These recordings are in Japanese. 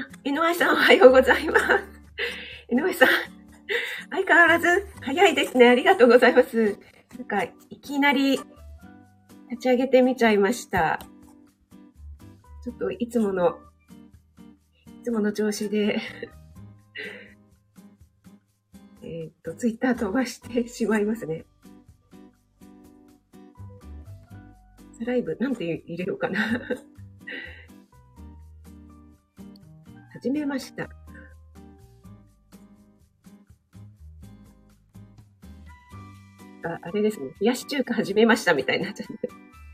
NY さんおはようございます。NY さん、相変わらず早いですね。ありがとうございます。なんか、いきなり立ち上げてみちゃいました。ちょっといつもの調子で、ツイッター飛ばしてしまいますね。ライブ、なんて入れようかな。始めました。あれですね。冷やし中華始めましたみたいになっちゃって。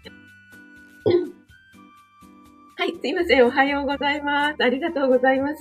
はい、すいません。おはようございます。ありがとうございます。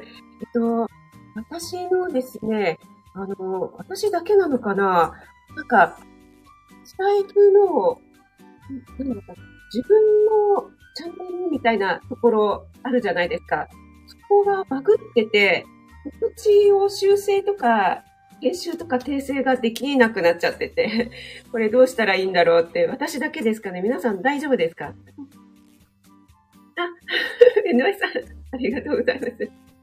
私のですね、私だけなのかな、なんか、スタイフの、なんだか自分のチャンネルみたいなところあるじゃないですか。そこがバグってて、告知を修正とか、編集とか訂正ができなくなっちゃってて、これどうしたらいいんだろうって、私だけですかね。皆さん大丈夫ですか？NY さん、ありがとうございます。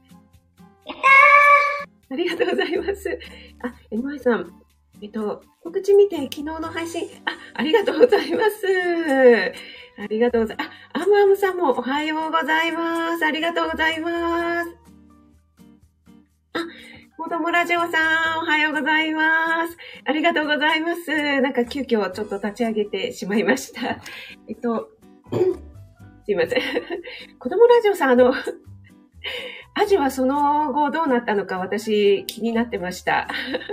ありがとうございます。NY さん、告知見て昨日の配信、ありがとうございます。ありがとうございます。アムアムさんもおはようございます。ありがとうございます。子供ラジオさん、おはようございます。ありがとうございます。なんか急遽ちょっと立ち上げてしまいました。すいません。子供ラジオさん、アジはその後どうなったのか私気になってました。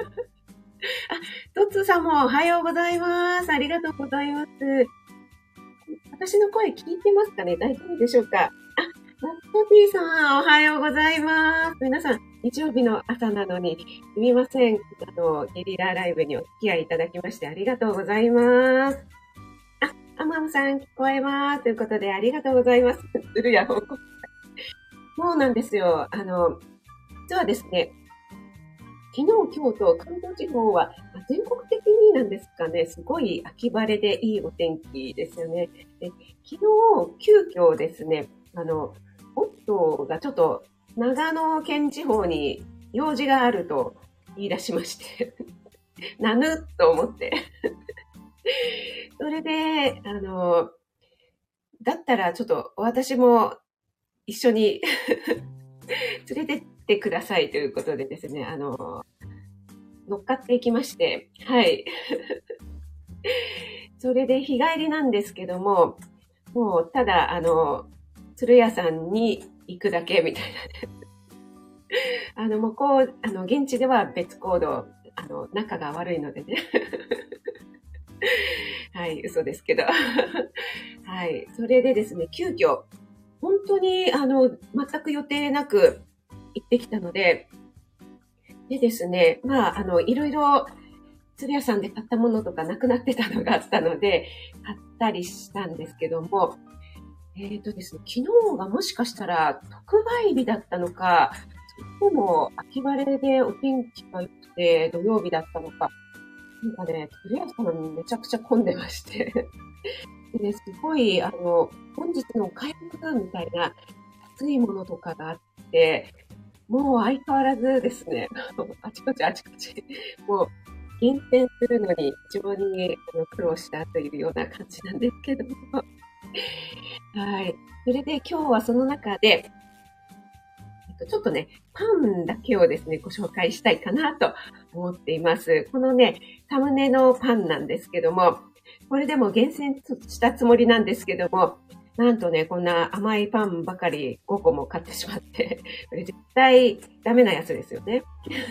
トッツーさんもおはようございます。ありがとうございます。私の声聞いてますかね？大丈夫でしょうか？ラットピーさん、おはようございます。皆さん、日曜日の朝なのに、すみません。ゲリラライブにお付き合いいただきましてありがとうございます。アマムさん聞こえます。ということで、ありがとうございます。するや報告。そうなんですよ。実はですね、昨日、今日と関東地方は全国的になんですかね、すごい秋晴れでいいお天気ですよね。で、昨日、急遽ですね、夫がちょっと長野県地方に用事があると言い出しまして、なぬと思って。それで、だったらちょっと私も一緒に連れてってくださいということでですね、乗っかっていきまして、はい。それで日帰りなんですけども、もうただ、鶴屋さんに行くだけみたいなね。もうこう、現地では別行動、仲が悪いのでね。はい、嘘ですけど。はい。それでですね、急遽、本当に、全く予定なく行ってきたので、でですね、いろいろ、鶴屋さんで買ったものとかなくなってたのがあったので、買ったりしたんですけども、ですね、昨日がもしかしたら特売日だったのか、それとも秋晴れでお天気が良くて土曜日だったのか、なんかね、鶴屋さんめちゃくちゃ混んでましてでね、すごい、本日の買い物みたいな安いものとかがあって、もう相変わらずですね、あちこち、もう、厳選するのに非常に苦労したというような感じなんですけども。はい。それで今日はその中で、ちょっとね、パンだけをですね、ご紹介したいかなと思っています。このね、サムネのパンなんですけども、これでも厳選したつもりなんですけども、なんとね、こんな甘いパンばかり5個も買ってしまって、これ絶対ダメなやつですよね。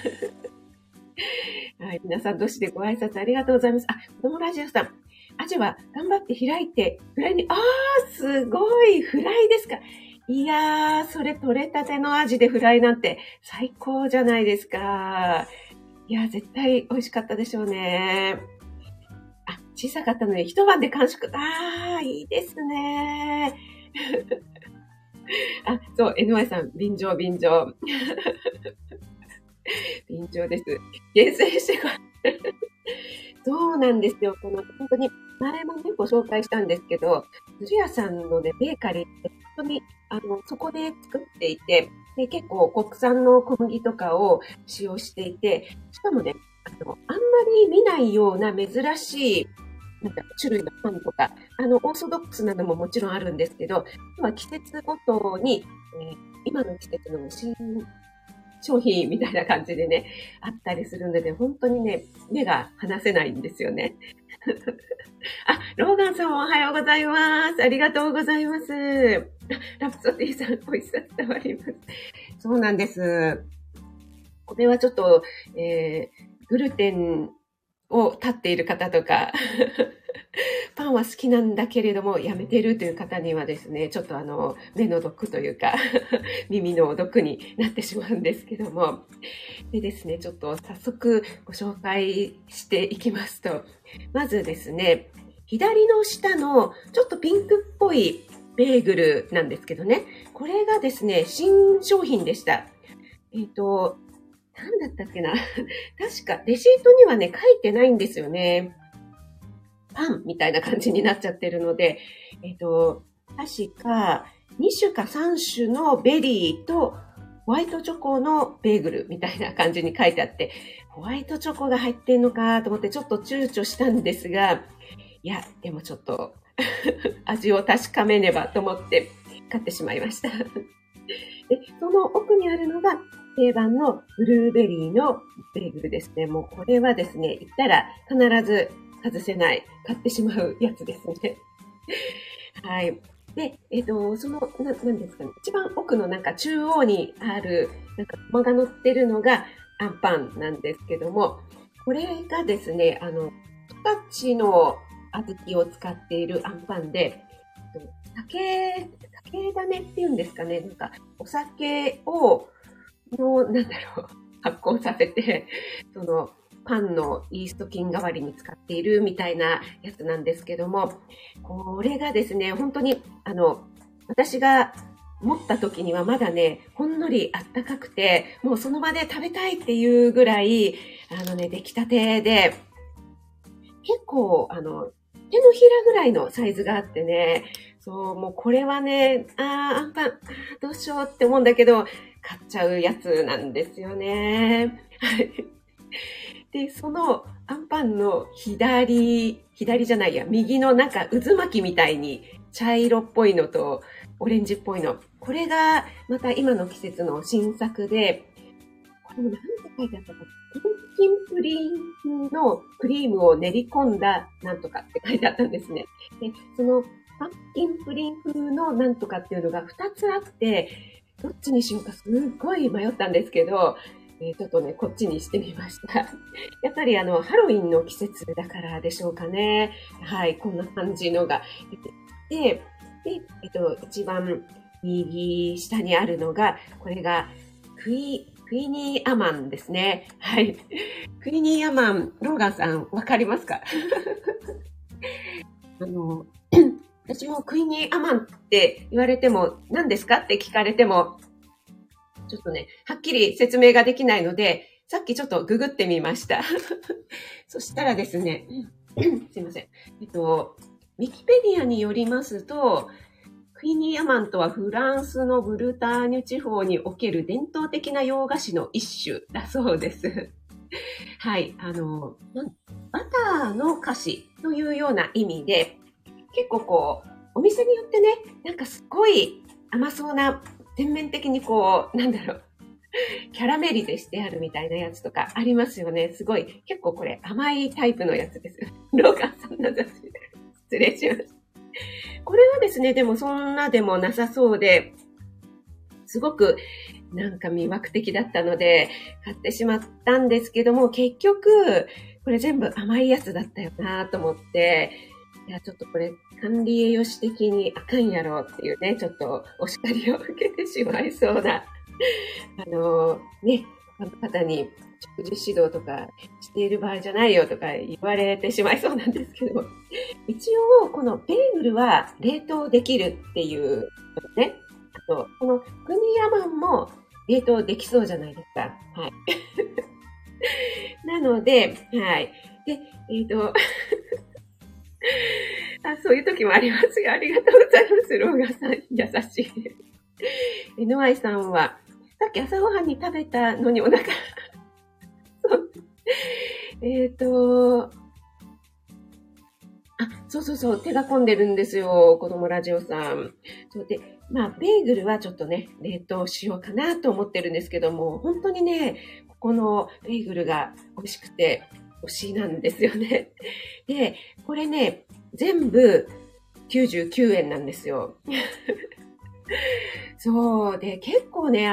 はい、皆さん、どしでご挨拶ありがとうございます。子供ラジオさん。アジは頑張って開いて、フライに、すごい、フライですか。いやー、それ取れたてのアジでフライなんて最高じゃないですか。いや、絶対美味しかったでしょうね。小さかったのに一晩で完食。いいですね。そう、NY さん、便乗。便乗です。厳選してこそうなんですよ。本当に、前もね、ご紹介したんですけど、鶴屋さんのね、ベーカリーって当に、そこで作っていて、で、結構国産の小麦とかを使用していて、しかもね、あんまり見ないような珍しい、なんか種類のパンとか、オーソドックスなのももちろんあるんですけど、季節ごとに、今の季節の新商品みたいな感じでね、あったりするので、本当にね、目が離せないんですよね。あ、ローガンさんもおはようございます。ありがとうございます。ラプソディさん、美味しさ伝わります。そうなんです。これはちょっと、グルテンを断っている方とか、パンは好きなんだけれども、やめてるという方にはですね、ちょっと目の毒というか、耳の毒になってしまうんですけども。でですね、ちょっと早速ご紹介していきますと、まずですね、左の下のちょっとピンクっぽいベーグルなんですけどね、これがですね、新商品でした。なんだったっけな確か、レシートにはね、書いてないんですよね。パンみたいな感じになっちゃってるので、確か2種か3種のベリーとホワイトチョコのベーグルみたいな感じに書いてあって、ホワイトチョコが入ってんのかと思ってちょっと躊躇したんですが、いや、でもちょっと味を確かめねばと思って買ってしまいました。で、その奥にあるのが定番のブルーベリーのベーグルですね。もうこれはですね、行ったら必ず外せない、買ってしまうやつですね。はい。で、なんですかね。一番奥のなんか中央にある、なんか駒が乗ってるのがアンパンなんですけども、これがですね、十勝の小豆を使っているアンパンで、酒種っていうんですかね。なんか、お酒なんだろう、発酵させて、パンのイースト菌代わりに使っているみたいなやつなんですけども、これがですね、本当に、私が持った時にはまだね、ほんのりあったかくて、もうその場で食べたいっていうぐらい、出来たてで、結構、手のひらぐらいのサイズがあってね、そう、もうこれはね、アンパン、どうしようって思うんだけど、買っちゃうやつなんですよね。はい。で、そのアンパンの左じゃないや、右のなんか渦巻きみたいに茶色っぽいのとオレンジっぽいの。これがまた今の季節の新作で、これも何て書いてあったかな。パンキンプリンのクリームを練り込んだなんとかって書いてあったんですね。で、そのパンキンプリン風のなんとかっていうのが2つあって、どっちにしようかすっごい迷ったんですけど、ちょっとね、こっちにしてみました。やっぱりハロウィンの季節だからでしょうかね。はい、こんな感じのが出てきて、で、一番右下にあるのが、これがクイニーアマンですね。はい。クイニーアマン、ローガンさん、わかりますか？私もクイニーアマンって言われても、何ですかって聞かれても、ちょっとね、はっきり説明ができないので、さっきちょっとググってみました。そしたらですね、すいません。ウィキペディアによりますと、クイニーアマンとはフランスのブルターニュ地方における伝統的な洋菓子の一種だそうです。はい、バターの菓子というような意味で、結構こう、お店によってね、なんかすごい甘そうな、全面的にこう、なんだろう、キャラメリゼしてあるみたいなやつとかありますよね。すごい、結構これ甘いタイプのやつです。ローガンさんの雑誌。失礼しました。これはですね、でもそんなでもなさそうで、すごくなんか魅惑的だったので、買ってしまったんですけども、結局、これ全部甘いやつだったよなと思って、いや、ちょっとこれ管理栄養士的にあかんやろっていうね、ちょっとお叱りを受けてしまいそうな、他の方に食事指導とかしている場合じゃないよとか言われてしまいそうなんですけど、一応このベーグルは冷凍できるっていうね、あと、このクニヤマンも冷凍できそうじゃないですか。はい。なので、はい。で、 そういう時もありますよ。ありがとうございます。ローガンさん、優しい。NY さんは、さっき朝ごはんに食べたのにお腹、そう、手が込んでるんですよ。子供ラジオさん。そうで、ベーグルはちょっとね、冷凍しようかなと思ってるんですけども、本当にね、ここのベーグルが美味しくて、推しなんですよね。で、これね、全部99円なんですよ。そう。で、結構ね、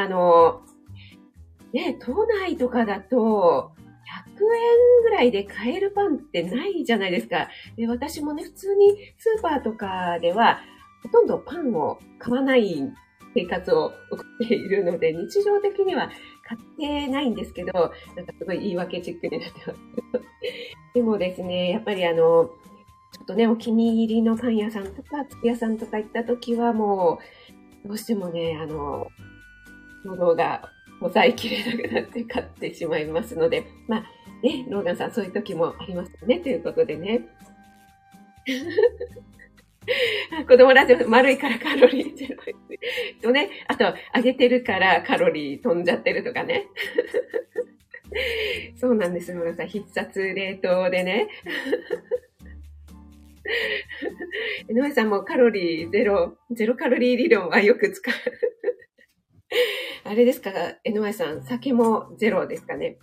都内とかだと、100円ぐらいで買えるパンってないじゃないですか。で、私もね、普通にスーパーとかでは、ほとんどパンを買わない生活を送っているので、日常的には買ってないんですけど、なんかすごい言い訳チックになってます。でもですね、やっぱりちょっとね、お気に入りのパン屋さんとか、月屋さんとか行った時はもう、どうしてもね、喉が抑えきれなくなって買ってしまいますので、ローガンさんそういう時もありますよね、ということでね。子供ラジオ丸いからカロリーゼロとね、あと揚げてるからカロリー飛んじゃってるとかね。そうなんです、ローガンさん。必殺冷凍でね。井上さんもカロリーゼロカロリー理論はよく使う。あれですか、NY さん、酒もゼロですかね。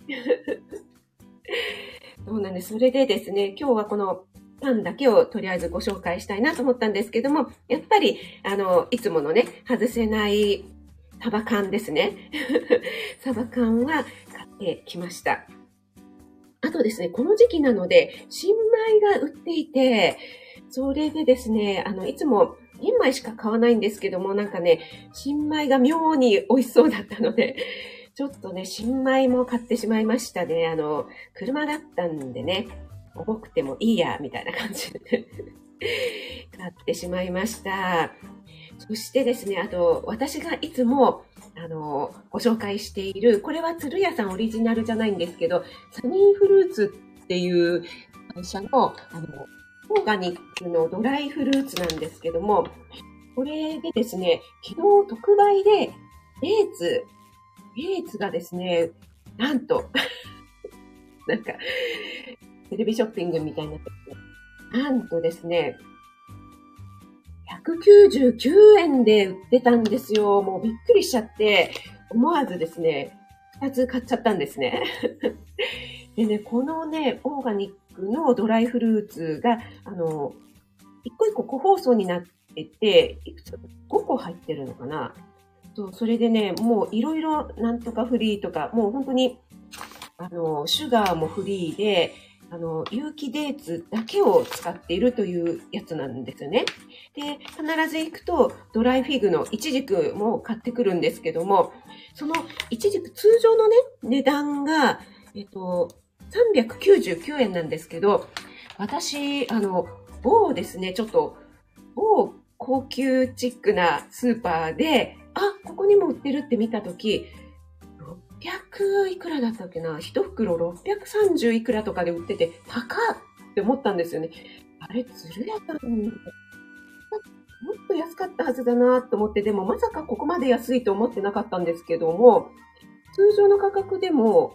そうなんです。それでですね、今日はこのパンだけをとりあえずご紹介したいなと思ったんですけども、やっぱり、いつものね、外せないサバ缶ですね。サバ缶は買ってきました。あとですね、この時期なので、新米が売っていて、それでですね、いつも玄米しか買わないんですけども、なんかね、新米が妙に美味しそうだったので、ちょっとね、新米も買ってしまいましたね。車だったんでね、重くてもいいや、みたいな感じで買ってしまいました。そしてですね、あと、私がいつも、ご紹介している、これは鶴屋さんオリジナルじゃないんですけど、サニーフルーツっていう会社の、オーガニックのドライフルーツなんですけども、これでですね、昨日特売で、デーツがですね、なんと、なんか、テレビショッピングみたいになってて、なんとですね、199円で売ってたんですよ。もうびっくりしちゃって、思わずですね、2つ買っちゃったんですね。でね、このね、オーガニックのドライフルーツが、一個一個個包装になってて、いくつ ?5 個入ってるのかな。それでね、もういろいろなんとかフリーとか、もう本当に、シュガーもフリーで、有機デーツだけを使っているというやつなんですよね。で、必ず行くと、ドライフィグのイチジクも買ってくるんですけども、そのイチジク通常のね、値段が、399円なんですけど、私、某ですね、ちょっと、某高級チックなスーパーで、ここにも売ってるって見たとき、600いくらだったっけな、一袋630いくらとかで売ってて、高っって思ったんですよね。あれ、鶴屋さん、もっと安かったはずだなと思って、でもまさかここまで安いと思ってなかったんですけども、通常の価格でも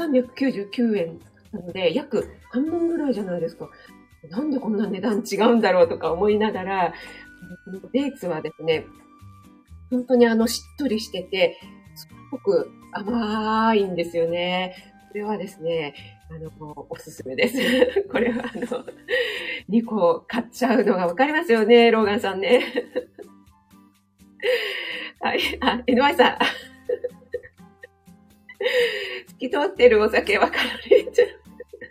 399円なので、約半分ぐらいじゃないですか。なんでこんな値段違うんだろうとか思いながら、デーツはですね、本当にしっとりしてて、すごく甘いんですよね。これはですね、おすすめです。これは2個買っちゃうのがわかりますよね、ローガンさんね。はい。NY さん。透き通ってるお酒はカロリーゼロ。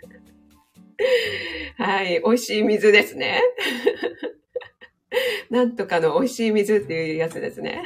はい。美味しい水ですね。なんとかの美味しい水っていうやつですね。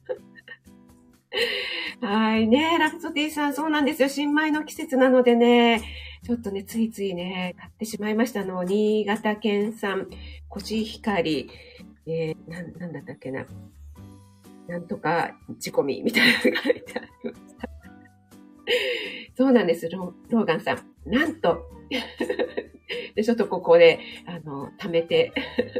はいね、ラプソディさん、そうなんですよ。新米の季節なのでね、ちょっとね、ついついね、買ってしまいました。新潟県産コシヒカリ、なんだったっけな。なんとか仕込みみたいなのが書いてありました。そうなんです、ローガンさん。なんと、 で、ちょっとここで、貯めて。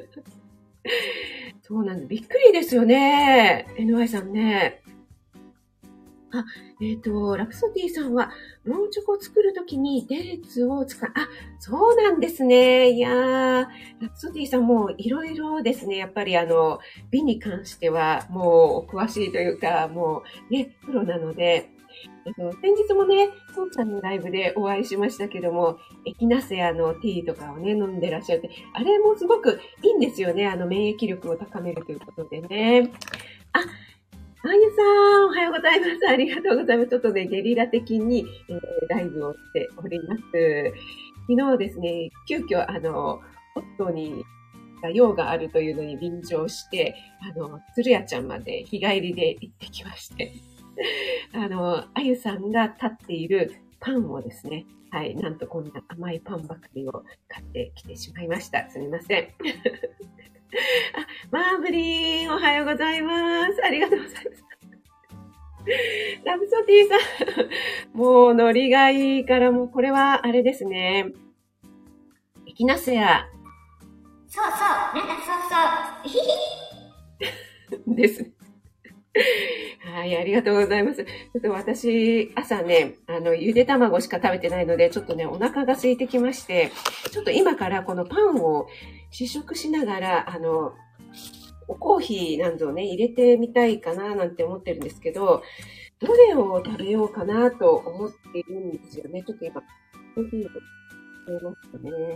そうなんです。びっくりですよね。NY さんね。あ、ラプソディさんは、ローチョコを作るときにデーツを使う。あ、そうなんですね。いやー、ラプソディさんもいろいろですね。やっぱり美に関してはもうお詳しいというか、もうね、プロなので、先日もね、そうちゃんのライブでお会いしましたけども、エキナセアのティーとかをね、飲んでらっしゃって、あれもすごくいいんですよね。免疫力を高めるということでね。あ、あゆさん、おはようございます。ありがとうございます。ちょっとね、ゲリラ的に、ライブをしております。昨日ですね、急遽、ホットに、用があるというのに便乗して、鶴屋ちゃんまで日帰りで行ってきまして、あゆさんが立っているパンをですね、はい、なんとこんな甘いパンばかりを買ってきてしまいました。すみません。あ、マーブリン、おはようございます。ありがとうございます。ラブソティさん、もうノリがいいから、もうこれはあれですね。エキナセア。 そうそう、なんかそうそう、ひひです。はい、ありがとうございます。ちょっと私、朝ね、ゆで卵しか食べてないので、ちょっとね、お腹が空いてきまして、ちょっと今からこのパンを試食しながら、おコーヒーなんぞをね、入れてみたいかななんて思ってるんですけど、どれを食べようかなと思っているんですよね。ちょっと今、コーヒーを入れましたね。はい。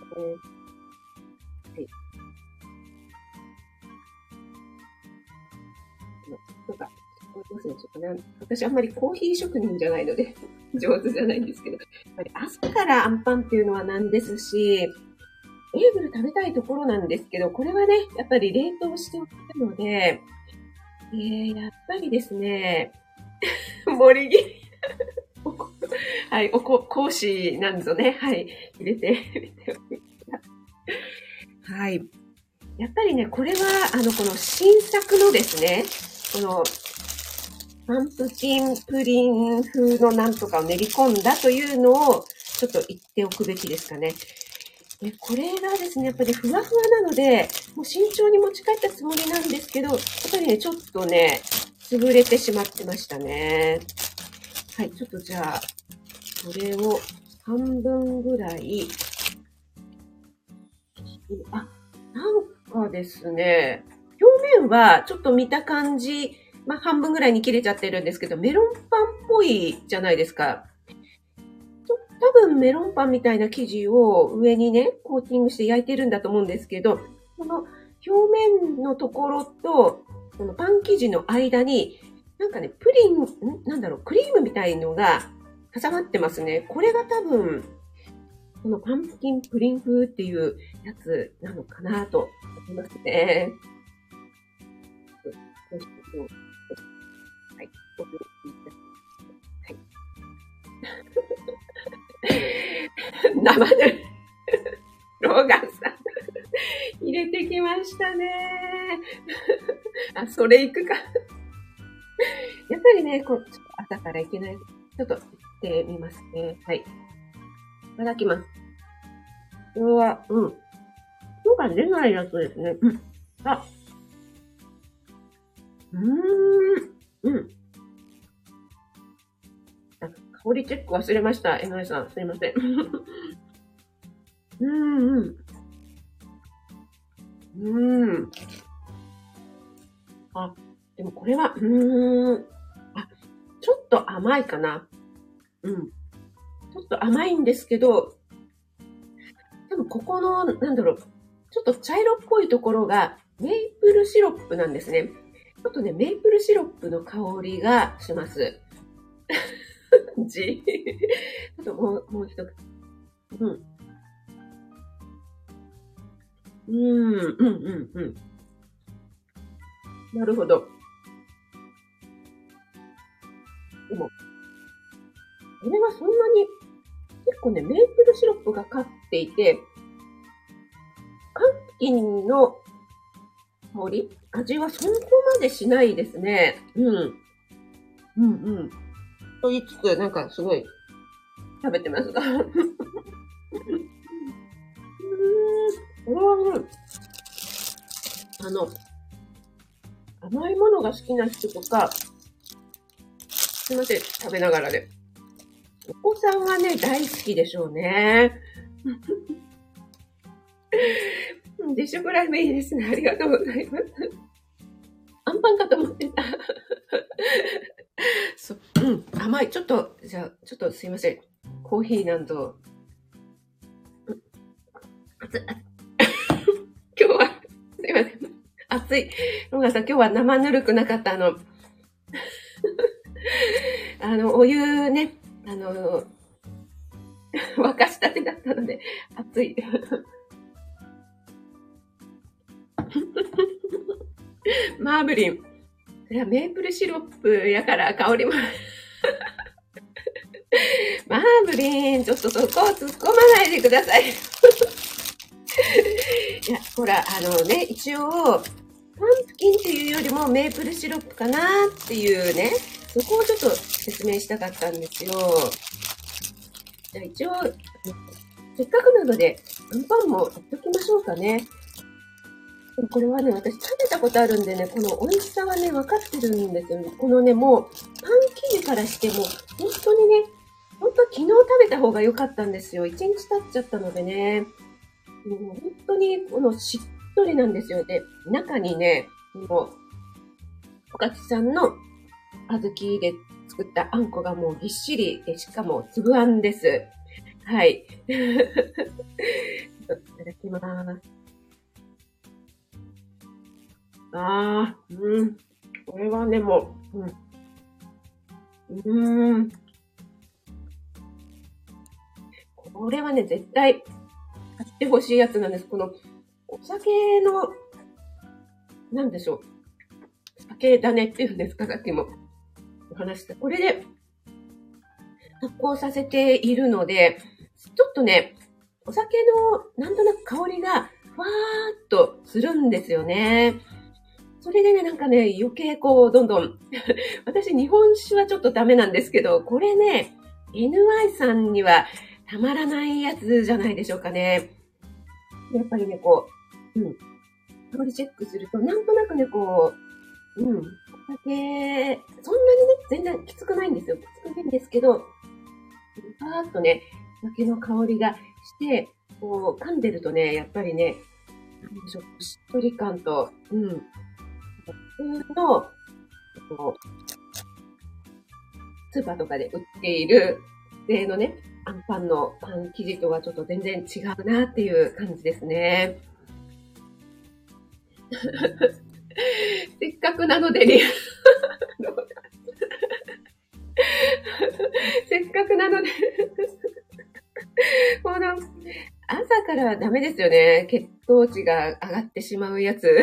なんか、ちょっとね、私あんまりコーヒー職人じゃないので上手じゃないんですけど、やっぱり朝からアンパンっていうのはなんですし、ベーグル食べたいところなんですけど、これはね、やっぱり冷凍しておくので、やっぱりですね、森木はい、講師なんぞね、はい、入れてはい。やっぱりね、これは、この新作のですね、この、パンプキンプリン風のなんとかを練り込んだというのを、ちょっと言っておくべきですかね。で、これがですね、やっぱりふわふわなので、もう慎重に持ち帰ったつもりなんですけど、やっぱりね、ちょっとね、潰れてしまってましたね。はい、ちょっとじゃあ、これを半分ぐらい、あ、なんかですね、表面はちょっと見た感じ、まあ半分ぐらいに切れちゃってるんですけど、メロンパンっぽいじゃないですか。多分メロンパンみたいな生地を上にね、コーティングして焼いてるんだと思うんですけど、この表面のところと、このパン生地の間に、なんかね、プリン、なんだろう、クリームみたいのが挟まってますね。これが多分、このパンプキンプリン風っていうやつなのかなと思いますね。はい。生で、ローガンさん、入れてきましたね。あ、それいくか。やっぱりね、ちょっと朝からいけない。ちょっと行ってみますね。はい。いただきます。これは、色が出ないやつですね。あ、香りチェック忘れました。NY さん、すいません。あ、でもこれは、ちょっと甘いかな。ちょっと甘いんですけど、多分ここの、なんだろう、ちょっと茶色っぽいところがメープルシロップなんですね。ちょっとね、メープルシロップの香りがします。ちょっともう一口。なるほど。でも、これはそんなに、結構ね、メープルシロップがかっていて、パンプキンの香り味はそこまでしないですね。と言いつつ、なんかすごい食べてますが。 これはね、甘いものが好きな人とか、すいません、食べながらで。お子さんはね、大好きでしょうね。ディッシュフライもいいですね。ありがとうございます。アンパンかと思ってた。そう、甘い。ちょっと、じゃあ、ちょっとすいません。コーヒーなんと、今日は、すいません。熱い。ロガさん、今日は生ぬるくなかった。お湯ね、沸かしたてだったので、熱い。マーブリン。それはメープルシロップやから香りも。マーブリン、ちょっとそこを突っ込まないでください。いや、ほら、一応、パンプキンっていうよりもメープルシロップかなっていうね、そこをちょっと説明したかったんですよ。じゃあ一応、せっかくなので、アンパンもやっときましょうかね。でもこれはね、私食べたことあるんでね、この美味しさはね、分かってるんですよね。このね、もう、パン生地からしても、本当にね、本当は昨日食べた方が良かったんですよ。1日経っちゃったのでね。もう本当にこのしっとりなんですよ。で、中にね、もう、十勝さんの小豆で作ったあんこがもうぎっしりで、しかも粒あんです。はい。いただきます。これはね、もう、これはね、絶対買ってほしいやつなんです。この、お酒の、なんでしょう。酒種っていうんですか、さっきもお話した。これで発酵させているので、ちょっとね、お酒のなんとなく香りがふわーっとするんですよね。それでね、なんかね、余計こう、どんどん私日本酒はちょっとダメなんですけど、これね、NY さんにはたまらないやつじゃないでしょうかね。やっぱりね、こう、香りチェックすると、なんとなくね、こう、お酒、そんなにね、全然きつくないんですよ。きつくないんですけど、パーっとね、お酒の香りがして、こう、噛んでるとね、やっぱりね、なんでしょう、しっとり感と、普通の、こう、スーパーとかで売っている、例のね、アンパンのパン生地とはちょっと全然違うなっていう感じですね。せっかくなのでせっかくなのでこの、朝からダメですよね。血糖値が上がってしまうやつ。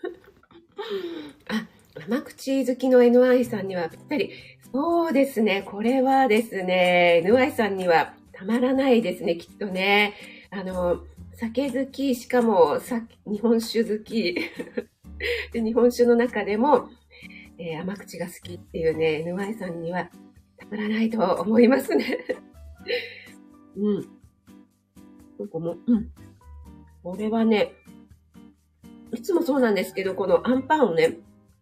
甘口好きの NY さんにはぴったり。そうですね。これはですね、NY さんにはたまらないですね、きっとね。酒好き、しかも日本酒好き。で日本酒の中でも、甘口が好きっていうね、NY さんにはたまらないと思いますね。これはね、いつもそうなんですけど、このアンパンをね、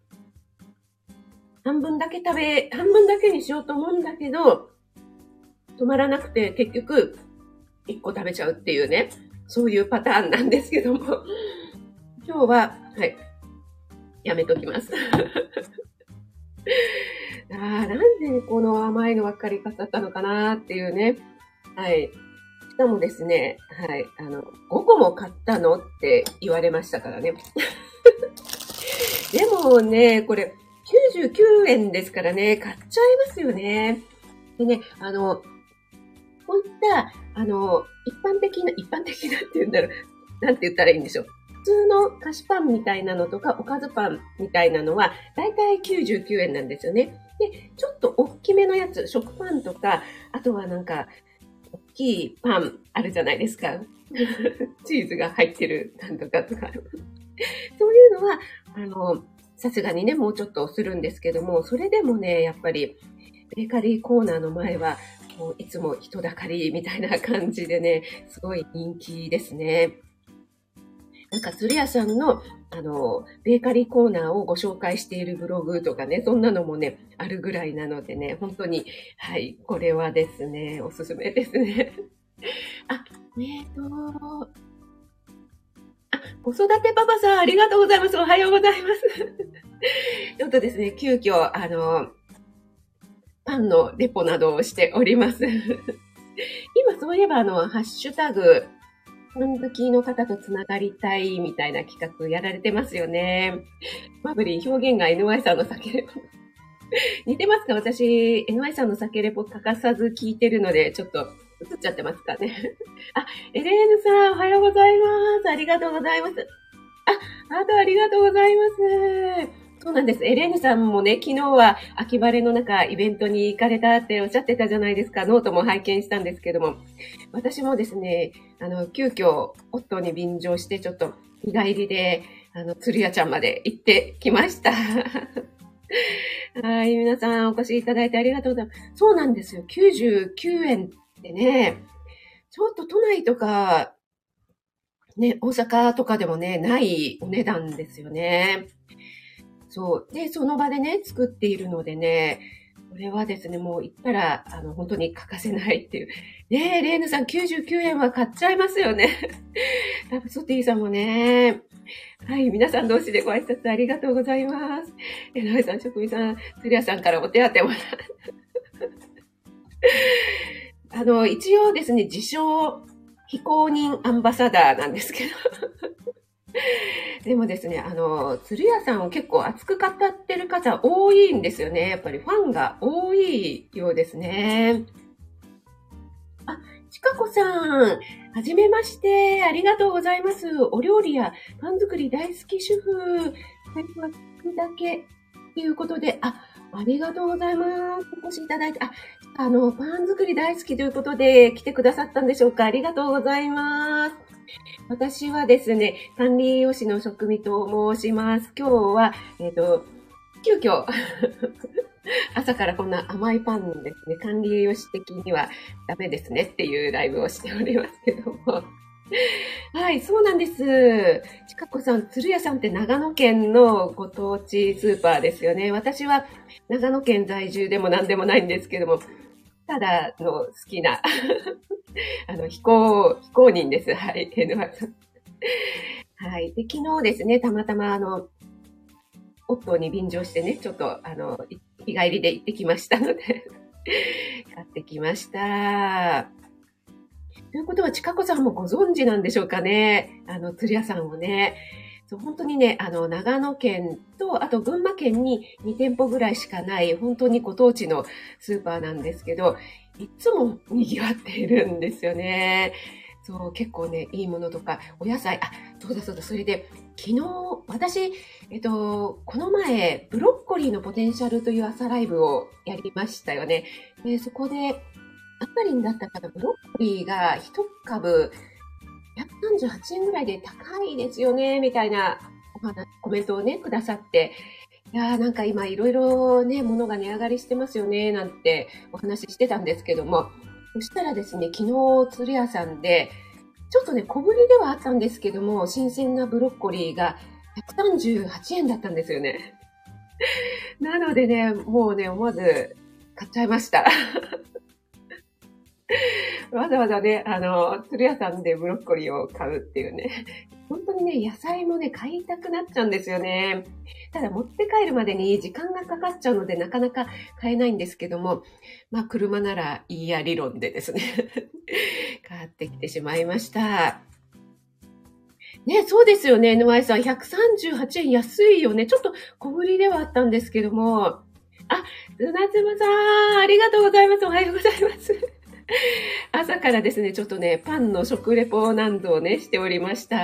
半分だけにしようと思うんだけど、止まらなくて結局、1個食べちゃうっていうね、そういうパターンなんですけども、今日は、はい、やめときます。なんでこの甘いのばっかり買っちゃったのかなっていうね。はい。しかもですね、はい、5個も買ったのって言われましたからね。でもね、これ99円ですからね、買っちゃいますよね。でね、こういった、一般的なって言うんだろう。なんて言ったらいいんでしょう。普通の菓子パンみたいなのとか、おかずパンみたいなのは、だいたい99円なんですよね。で、ちょっと大きめのやつ、食パンとか、あとはなんか、大きいパンあるじゃないですか。チーズが入ってるなんとかとか。そういうのは、さすがにね、もうちょっとするんですけども、それでもね、やっぱり、ベーカリーコーナーの前は、もういつも人だかりみたいな感じでね、すごい人気ですね。 か鶴屋さんの、ベーカリーコーナーをご紹介しているブログとかね、そんなのもね、あるぐらいなのでね、本当に、はい、これはですね、おすすめですね。あ、子育てパパさん、ありがとうございます。おはようございます。ちょっとですね、急遽、パンのレポなどをしております。今、そういえば、ハッシュタグ、パン好きの方とつながりたいみたいな企画やられてますよね。マブリン、表現が NY さんの酒レポ。似てますか？私、NY さんの酒レポ欠かさず聞いてるので、ちょっと映っちゃってますかね。あ、エレーヌさん、おはようございます。ありがとうございます。あとありがとうございます。そうなんです。エレーヌさんもね、昨日は秋晴れの中、イベントに行かれたっておっしゃってたじゃないですか。ノートも拝見したんですけども。私もですね、急遽、夫に便乗して、ちょっと日帰りで、鶴屋ちゃんまで行ってきました。はい、皆さんお越しいただいてありがとうございます。そうなんですよ。99円ってね、ちょっと都内とか、ね、大阪とかでもね、ないお値段ですよね。そう。で、その場でね、作っているのでね、これはですね、もう行ったら、本当に欠かせないっていう。ねえ、レーヌさん99円は買っちゃいますよね。ラブソティさんもね。はい、皆さん同士でご挨拶ありがとうございます。えなえさん、職人さん、釣り屋さんからお手当もらう。一応ですね、自称、非公認アンバサダーなんですけど。でもですね、鶴屋さんを結構熱く語ってる方多いんですよね。やっぱりファンが多いようですね。あ、ちかこさん、はじめまして。ありがとうございます。お料理やパン作り大好き主婦。だけということで、ありがとうございます。お越しいただいて、パン作り大好きということで来てくださったんでしょうか。ありがとうございます。私はですね、管理栄養士の職味と申します。今日は、急遽、朝からこんな甘いパンですね、管理栄養士的にはダメですねっていうライブをしておりますけども。はい、そうなんです。ちかこさん、鶴屋さんって長野県のご当地スーパーですよね。私は長野県在住でも何でもないんですけども、ただの好きな非公認です。はい、NY さん。はい。で、昨日ですね、たまたま夫に便乗してね、ちょっと日帰りで行ってきましたので買ってきました。ということは、ちかこさんもご存知なんでしょうかね。釣り屋さんをね。そう、本当にね、長野県と、あと群馬県に2店舗ぐらいしかない、本当にご当地のスーパーなんですけど、いつも賑わっているんですよね。そう、結構ね、いいものとか、お野菜、そうだそうだ、それで、昨日、私、この前、ブロッコリーのポテンシャルという朝ライブをやりましたよね。で、そこで、あまりんだったかな、ブロッコリーが1株138円ぐらいで高いですよね、みたいなコメントをね、くださって、いやーなんか今いろいろね、物が値上がりしてますよね、なんてお話ししてたんですけども、そしたらですね、昨日、鶴屋さんで、ちょっとね、小ぶりではあったんですけども、新鮮なブロッコリーが138円だったんですよね。なのでね、もうね、思わず買っちゃいました。わざわざね、鶴屋さんでブロッコリーを買うっていうね。本当にね、野菜もね、買いたくなっちゃうんですよね。ただ持って帰るまでに時間がかかっちゃうので、なかなか買えないんですけども、まあ、車ならいいや理論でですね、買ってきてしまいました。ね、そうですよね、NY さん。138円安いよね。ちょっと小ぶりではあったんですけども。砂粒さん、ありがとうございます。おはようございます。朝からですね、ちょっとね、パンの食レポなんぞをね、しておりました。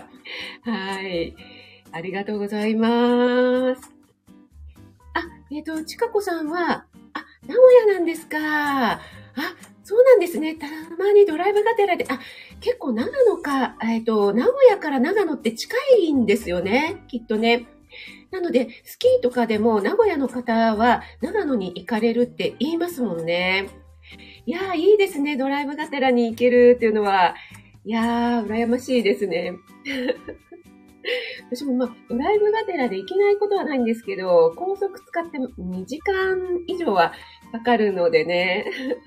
はい。ありがとうございます。ちかこさんは、名古屋なんですか。そうなんですね。たまにドライブがてらで、結構長野か、名古屋から長野って近いんですよね。きっとね。なので、スキーとかでも名古屋の方は長野に行かれるって言いますもんね。いやー、いいですね。ドライブがてらに行けるっていうのは。いやー、羨ましいですね。 私もドライブがてらで行けないことはないんですけど、高速使って2時間以上はかかるのでね。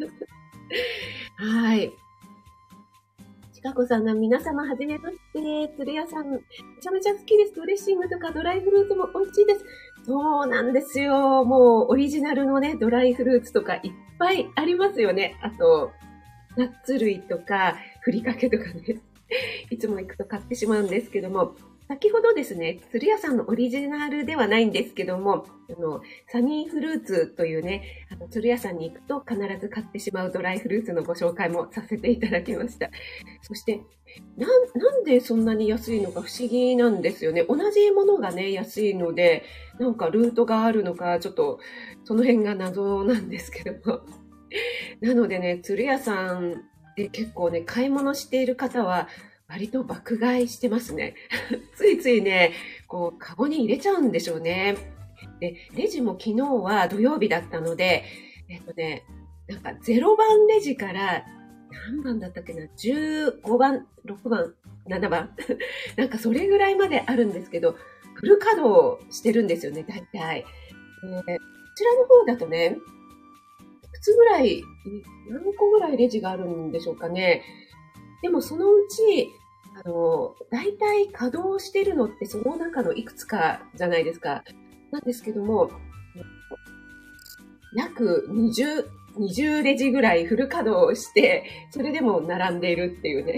はい。ちかこさんが皆様はじめまして。鶴屋さん、めちゃめちゃ好きです。ドレッシングとかドライフルーツも美味しいです。そうなんですよ。もうオリジナルのね、ドライフルーツとかいっぱいありますよね。あと、ナッツ類とか、ふりかけとかね。いつも行くと買ってしまうんですけども、先ほどですね、鶴屋さんのオリジナルではないんですけども、サニーフルーツというね、鶴屋さんに行くと必ず買ってしまうドライフルーツのご紹介もさせていただきました。そして、なんでそんなに安いのか不思議なんですよね。同じものがね、安いので、なんかルートがあるのか、ちょっとその辺が謎なんですけども。なのでね、鶴屋さんで結構ね、買い物している方は、割と爆買いしてますね。ついついね、こう、カゴに入れちゃうんでしょうね。で、レジも昨日は土曜日だったので、なんか0番レジから何番だったっけな ?15 番、6番、7番なんかそれぐらいまであるんですけど、フル稼働してるんですよね、大体。こちらの方だとね、いくつぐらい、何個ぐらいレジがあるんでしょうかね。でもそのうち、大体稼働してるのってその中のいくつかじゃないですか。なんですけども、約20レジぐらいフル稼働して、それでも並んでいるっていうね。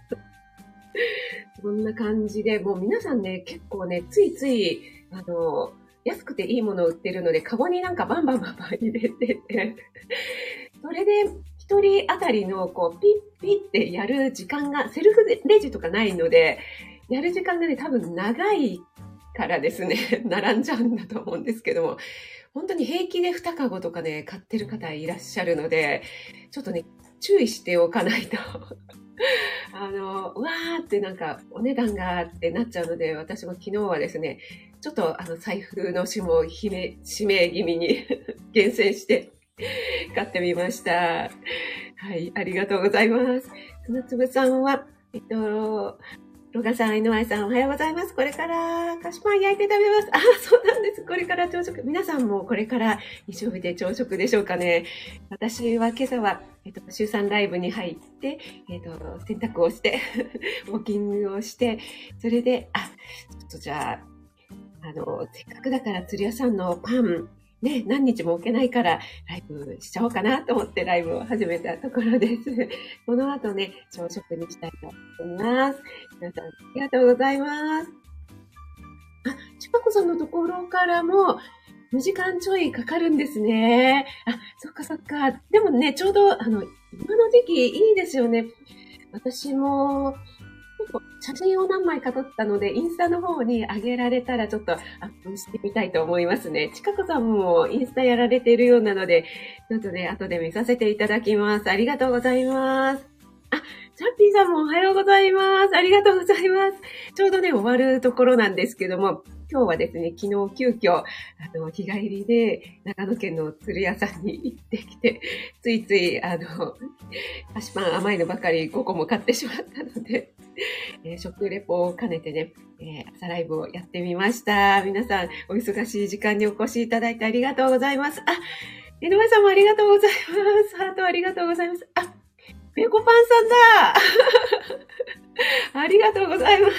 そんな感じで、もう皆さんね、結構ね、ついつい、安くていいものを売ってるので、カゴになんかバンバン入れてて、それで一人当たりのこう、ピッピッってやる時間が、セルフレジとかないので、やる時間がね、多分長いからですね、並んじゃうんだと思うんですけども、本当に平気で2カゴとかね、買ってる方いらっしゃるので、ちょっとね、注意しておかないと。うわーってなんかお値段がってなっちゃうので、私も昨日はですね、ちょっと財布の紐を指名気味に厳選して買ってみました。はい、ありがとうございます。砂粒さんは、ロガさん、井上さん、おはようございます。これから、菓子パン焼いて食べます。あ、そうなんです。これから朝食。皆さんもこれから日曜日で朝食でしょうかね。私は今朝は、週3ライブに入って、洗濯をして、ウォーキングをして、それで、ちょっとじゃあ、せっかくだから釣り屋さんのパン、ね、何日も置けないからライブしちゃおうかなと思ってライブを始めたところです。この後ね、朝食にしたいと思います。皆さんありがとうございます。ちかこさんのところからも2時間ちょいかかるんですね。そっかそっか。でもね、ちょうど今の時期いいですよね。私も写真を何枚か撮ったので、インスタの方に上げられたらちょっとアップしてみたいと思いますね。ちかこさんもインスタやられているようなので、ちょっとね、後で見させていただきます。ありがとうございます。チャッピーさんもおはようございます。ありがとうございます。ちょうどね、終わるところなんですけども、今日はですね、昨日急遽、日帰りで長野県の鶴屋さんに行ってきて、ついつい、菓子パン甘いのばかり5個も買ってしまったので、食レポを兼ねてね、朝ライブをやってみました。皆さん、お忙しい時間にお越しいただいてありがとうございます。井上さんもありがとうございます。ハートありがとうございます。ペコパンさんだありがとうございます。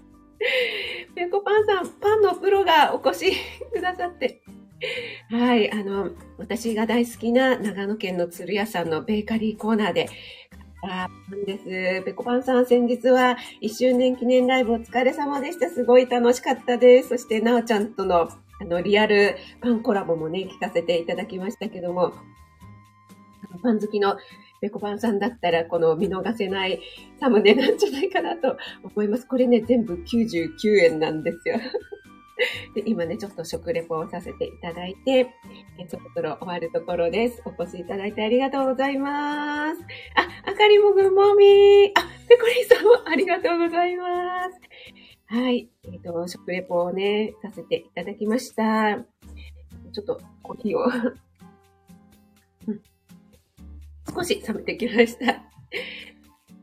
ペコパンさん、パンのプロがお越しくださって。はい、私が大好きな長野県の鶴屋さんのベーカリーコーナーでパンです。ペコパンさん、先日は1周年記念ライブお疲れ様でした。すごい楽しかったです。そして、なおちゃんとのリアルパンコラボもね、聞かせていただきましたけども、パン好きのペコパンさんだったら、この見逃せないサムネなんじゃないかなと思います。これね、全部99円なんですよ。で、今ね、ちょっと食レポをさせていただいて、そろそろ終わるところです。お越しいただいてありがとうございます。あかりもグッモーミー。ペコリンさんもありがとうございます。はい。食レポをね、させていただきました。ちょっとコーヒーを少し冷めてきました。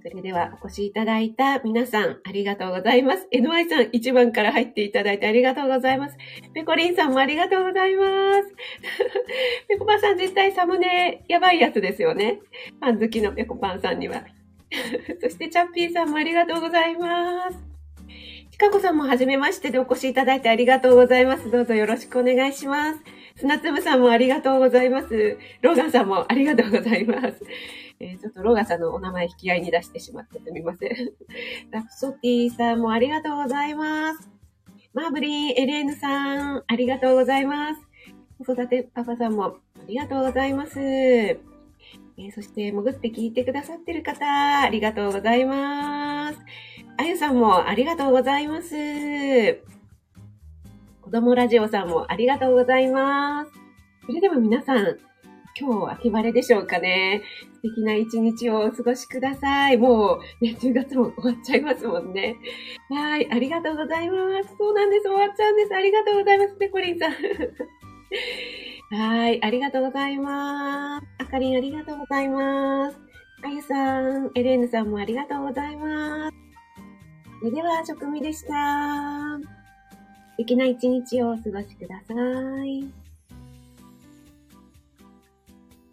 それではお越しいただいた皆さんありがとうございます。NY さん1番から入っていただいてありがとうございます。ペコリンさんもありがとうございます。ペコパンさん絶対サムネやばいやつですよね。パン好きのペコパンさんには。そしてチャッピーさんもありがとうございます。ちかこさんもはじめましてでお越しいただいてありがとうございます。どうぞよろしくお願いします。砂粒さんもありがとうございます。ローガンさんもありがとうございます。ちょっとローガンさんのお名前引き合いに出してしまってすみません。ラプソティさんもありがとうございます。マーブリン、エレーヌさん、ありがとうございます。子育てパパさんもありがとうございます。そして潜って聞いてくださってる方、ありがとうございます。あゆさんもありがとうございます。子供ラジオさんもありがとうございます。それでは皆さん、今日秋晴れでしょうかね。素敵な一日をお過ごしください。もう、ね、10月も終わっちゃいますもんね。はい、ありがとうございます。そうなんです、終わっちゃうんです。ありがとうございます、ペコリンさん。はい、ありがとうございます。あかりんありがとうございます。あゆさん、エレーヌさんもありがとうございます。それでは、食味でした。素敵な一日をお過ごしください。